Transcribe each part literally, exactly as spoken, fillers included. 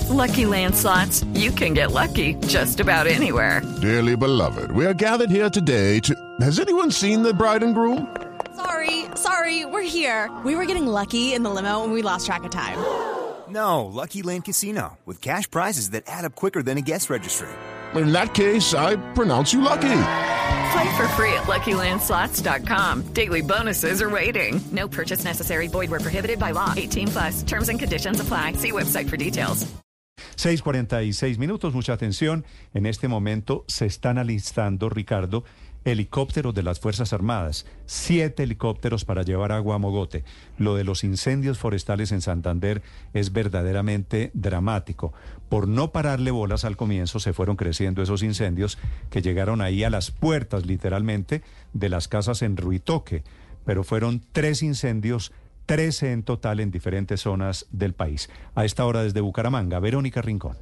Lucky Land Slots, you can get lucky just about anywhere. Dearly beloved, we are gathered here today to... Has anyone seen the bride and groom? Sorry, sorry, we're here. We were getting lucky in the limo and we lost track of time. No, Lucky Land Casino, with cash prizes that add up quicker than a guest registry. In that case, I pronounce you lucky. Play for free at Lucky Land Slots dot com. Daily bonuses are waiting. No purchase necessary. Void where prohibited by law. eighteen plus. Terms and conditions apply. See website for details. seis cuarenta y seis minutos, mucha atención. En este momento se están alistando, Ricardo, helicópteros de las Fuerzas Armadas, siete helicópteros para llevar agua a Mogote. Lo de los incendios forestales en Santander es verdaderamente dramático. Por no pararle bolas al comienzo, se fueron creciendo esos incendios que llegaron ahí a las puertas, literalmente, de las casas en Ruitoque. Pero fueron tres incendios, trece en total en diferentes zonas del país. A esta hora desde Bucaramanga, Verónica Rincón.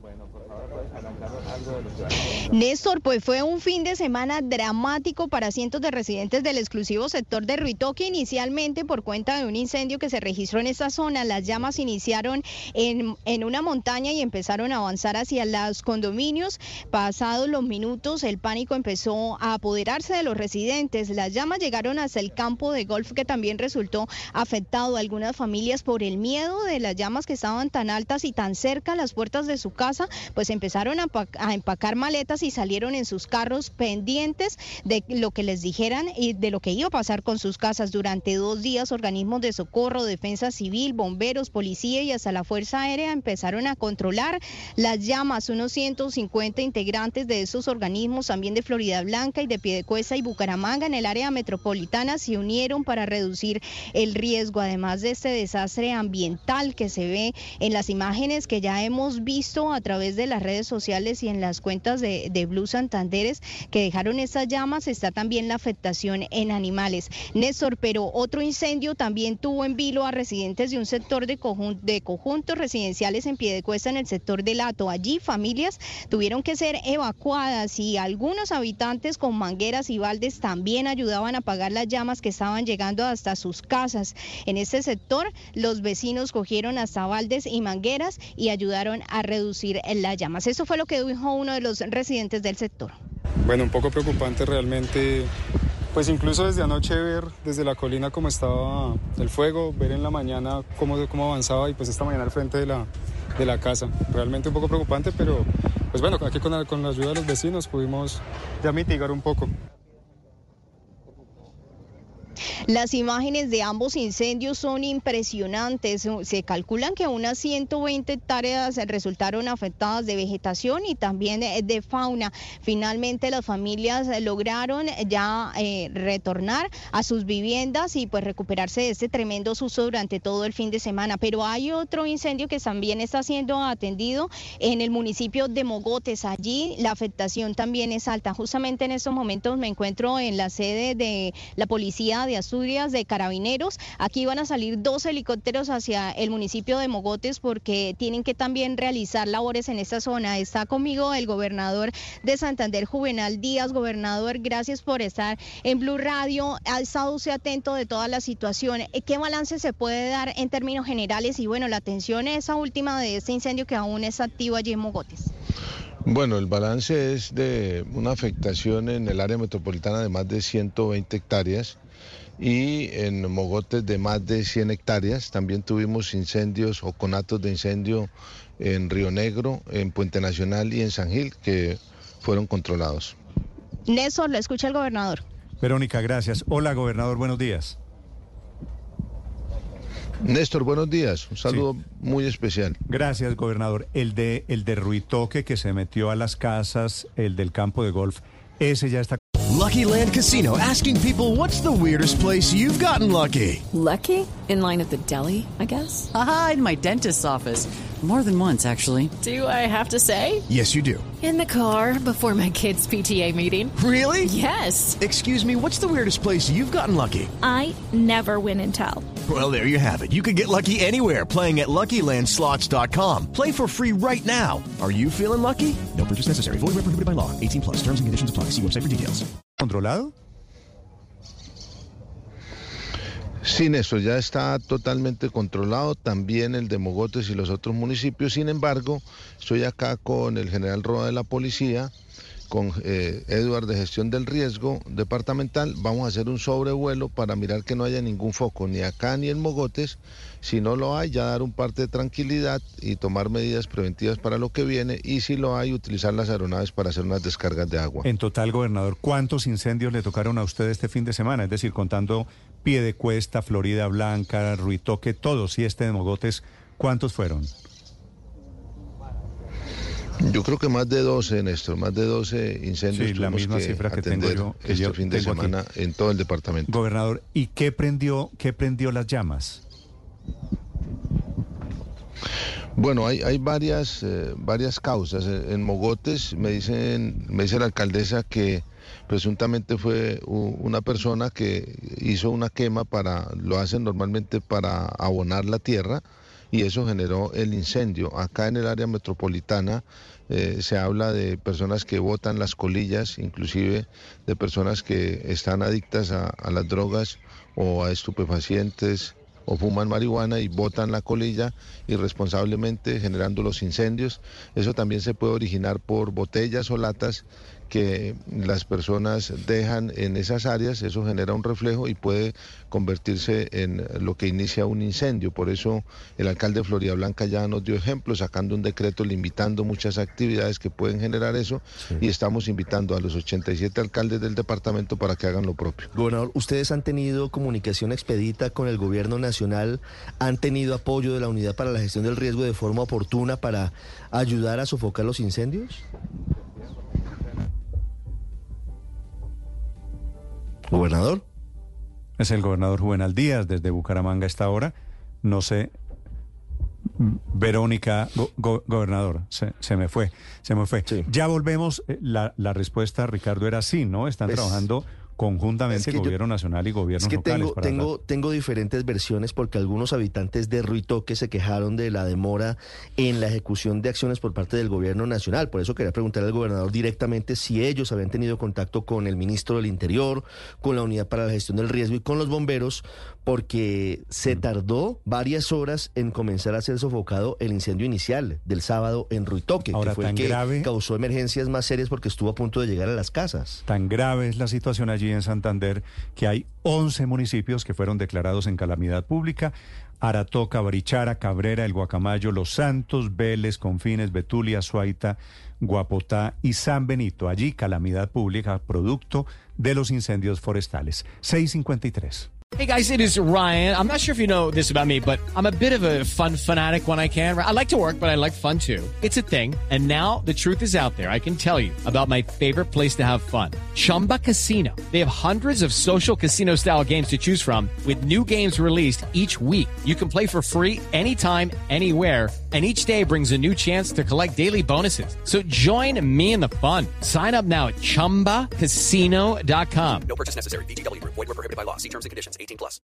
Néstor, pues fue un fin de semana dramático para cientos de residentes del exclusivo sector de Ruitoque, inicialmente por cuenta de un incendio que se registró en esta zona. Las llamas iniciaron en, en una montaña y empezaron a avanzar hacia los condominios. Pasados los minutos, el pánico empezó a apoderarse de los residentes. Las llamas llegaron hasta el campo de golf, que también resultó afectado. Algunas familias, por el miedo de las llamas que estaban tan altas y tan cerca a las puertas de su casa, pues empezaron a, a empacar maletas y salieron en sus carros pendientes de lo que les dijeran y de lo que iba a pasar con sus casas. Durante dos días, organismos de socorro, defensa civil, bomberos, policía y hasta la Fuerza Aérea empezaron a controlar las llamas. Unos ciento cincuenta integrantes de esos organismos, también de Florida Blanca y de Piedecuesta y Bucaramanga, en el área metropolitana, se unieron para reducir el riesgo, además de este desastre ambiental que se ve en las imágenes que ya hemos visto a través de las redes sociales y en las cuentas de de Blue Santanderes que dejaron estas llamas. Está también la afectación en animales. Néstor, pero otro incendio también tuvo en vilo a residentes de un sector de, conjun de conjuntos residenciales en Piedecuesta, en el sector del Hato. Allí familias tuvieron que ser evacuadas y algunos habitantes con mangueras y baldes también ayudaban a apagar las llamas que estaban llegando hasta sus casas. En este sector los vecinos cogieron hasta baldes y mangueras y ayudaron a reducir las llamas. Eso fue lo que dijo uno de los residentes del sector. Bueno, un poco preocupante realmente, pues incluso desde anoche ver desde la colina cómo estaba el fuego, ver en la mañana cómo, cómo avanzaba y pues esta mañana al frente de la, de la casa. Realmente un poco preocupante, pero pues bueno, aquí con la, con la ayuda de los vecinos pudimos ya mitigar un poco. Las imágenes de ambos incendios son impresionantes. Se calculan que unas ciento veinte hectáreas resultaron afectadas de vegetación y también de fauna. Finalmente las familias lograron ya eh, retornar a sus viviendas y pues recuperarse de este tremendo susto durante todo el fin de semana. Pero hay otro incendio que también está siendo atendido en el municipio de Mogotes. Allí la afectación también es alta. Justamente en estos momentos me encuentro en la sede de la policía de Asturias, de Carabineros. Aquí van a salir dos helicópteros hacia el municipio de Mogotes porque tienen que también realizar labores en esta zona. Está conmigo el gobernador de Santander, Juvenal Díaz. Gobernador, gracias por estar en Blue Radio. Ha estado usted atento de toda la situación. ¿Qué balance se puede dar en términos generales? Y bueno, la atención esa última de este incendio que aún es activo allí en Mogotes. Bueno, el balance es de una afectación en el área metropolitana de más de ciento veinte hectáreas y en Mogotes de más de cien hectáreas. También tuvimos incendios o conatos de incendio en Río Negro, en Puente Nacional y en San Gil, que fueron controlados. Néstor, lo escucha el gobernador. Verónica, gracias. Hola, gobernador, buenos días. Néstor, buenos días. Un saludo sí. muy especial. Gracias, gobernador. El de, el de Ruitoque, que se metió a las casas, el del campo de golf, ese ya está. Lucky Land Casino, asking people, what's the weirdest place you've gotten lucky? Lucky? In line at the deli, I guess? Aha, in my dentist's office. More than once, actually. Do I have to say? Yes, you do. In the car before my kids' P T A meeting. Really? Yes. Excuse me, what's the weirdest place you've gotten lucky? I never win and tell. Well, there you have it. You can get lucky anywhere, playing at Lucky Land Slots dot com. Play for free right now. Are you feeling lucky? No purchase necessary. Void where prohibited by law. eighteen plus. Terms and conditions apply. See website for details. ¿Controlado? Sí, Néstor, ya está totalmente controlado, también el de Mogotes y los otros municipios. Sin embargo, estoy acá con el general Roa de la Policía, con eh, Edward de Gestión del Riesgo Departamental. Vamos a hacer un sobrevuelo para mirar que no haya ningún foco, ni acá ni en Mogotes. Si no lo hay, ya dar un parte de tranquilidad y tomar medidas preventivas para lo que viene, y si lo hay, utilizar las aeronaves para hacer unas descargas de agua. En total, gobernador, ¿cuántos incendios le tocaron a usted este fin de semana? Es decir, contando Piedecuesta, Florida Blanca, Ruitoque, todos, y este de Mogotes, ¿cuántos fueron? Yo creo que más de doce, Néstor, más de doce incendios. Sí, la misma que cifra que tengo yo, que este yo fin de semana aquí en todo el departamento. Gobernador, ¿y qué prendió, qué prendió las llamas? Bueno, hay, hay varias, eh, varias causas. En Mogotes me dicen, me dice la alcaldesa que presuntamente fue una persona que hizo una quema para, lo hacen normalmente para abonar la tierra, y eso generó el incendio. Acá en el área metropolitana eh, se habla de personas que botan las colillas, inclusive de personas que están adictas a, a las drogas o a estupefacientes o fuman marihuana y botan la colilla irresponsablemente, generando los incendios. Eso también se puede originar por botellas o latas que las personas dejan en esas áreas. Eso genera un reflejo y puede convertirse en lo que inicia un incendio. Por eso el alcalde de Florida Blanca ya nos dio ejemplos, sacando un decreto limitando muchas actividades que pueden generar eso, sí. Y estamos invitando a los ochenta y siete alcaldes del departamento para que hagan lo propio. Gobernador, ¿ustedes han tenido comunicación expedita con el gobierno nacional? ¿Han tenido apoyo de la Unidad para la Gestión del Riesgo de forma oportuna para ayudar a sofocar los incendios? ¿Gobernador? Es el gobernador Juvenal Díaz desde Bucaramanga a esta hora. No sé, Verónica, go, go, gobernador, se, se me fue, se me fue. Sí. Ya volvemos, la, la respuesta, Ricardo, era sí, ¿no? Están pues, trabajando conjuntamente es gobierno yo, nacional y gobiernos es que locales. Tengo, para tengo, tengo diferentes versiones porque algunos habitantes de Ruitoque se quejaron de la demora en la ejecución de acciones por parte del gobierno nacional. Por eso quería preguntarle al gobernador directamente si ellos habían tenido contacto con el ministro del Interior, con la Unidad para la Gestión del Riesgo y con los bomberos, porque se tardó varias horas en comenzar a ser sofocado el incendio inicial del sábado en Ruitoque, Ahora, que fue tan el que grave, causó emergencias más serias porque estuvo a punto de llegar a las casas. Tan grave es la situación allí en Santander que hay once municipios que fueron declarados en calamidad pública: Aratoca, Barichara, Cabrera, El Guacamayo, Los Santos, Vélez, Confines, Betulia, Suaita, Guapotá y San Benito. Allí calamidad pública producto de los incendios forestales. seis cincuenta y tres. Hey guys, it is Ryan. I'm not sure if you know this about me, but I'm a bit of a fun fanatic when I can. I like to work, but I like fun too. It's a thing. And now the truth is out there. I can tell you about my favorite place to have fun. Chumba Casino. They have hundreds of social casino style games to choose from with new games released each week. You can play for free anytime, anywhere. And each day brings a new chance to collect daily bonuses. So join me in the fun. Sign up now at chumba casino dot com. No purchase necessary. V G W. Void where prohibited by law. See terms and conditions. eighteen plus.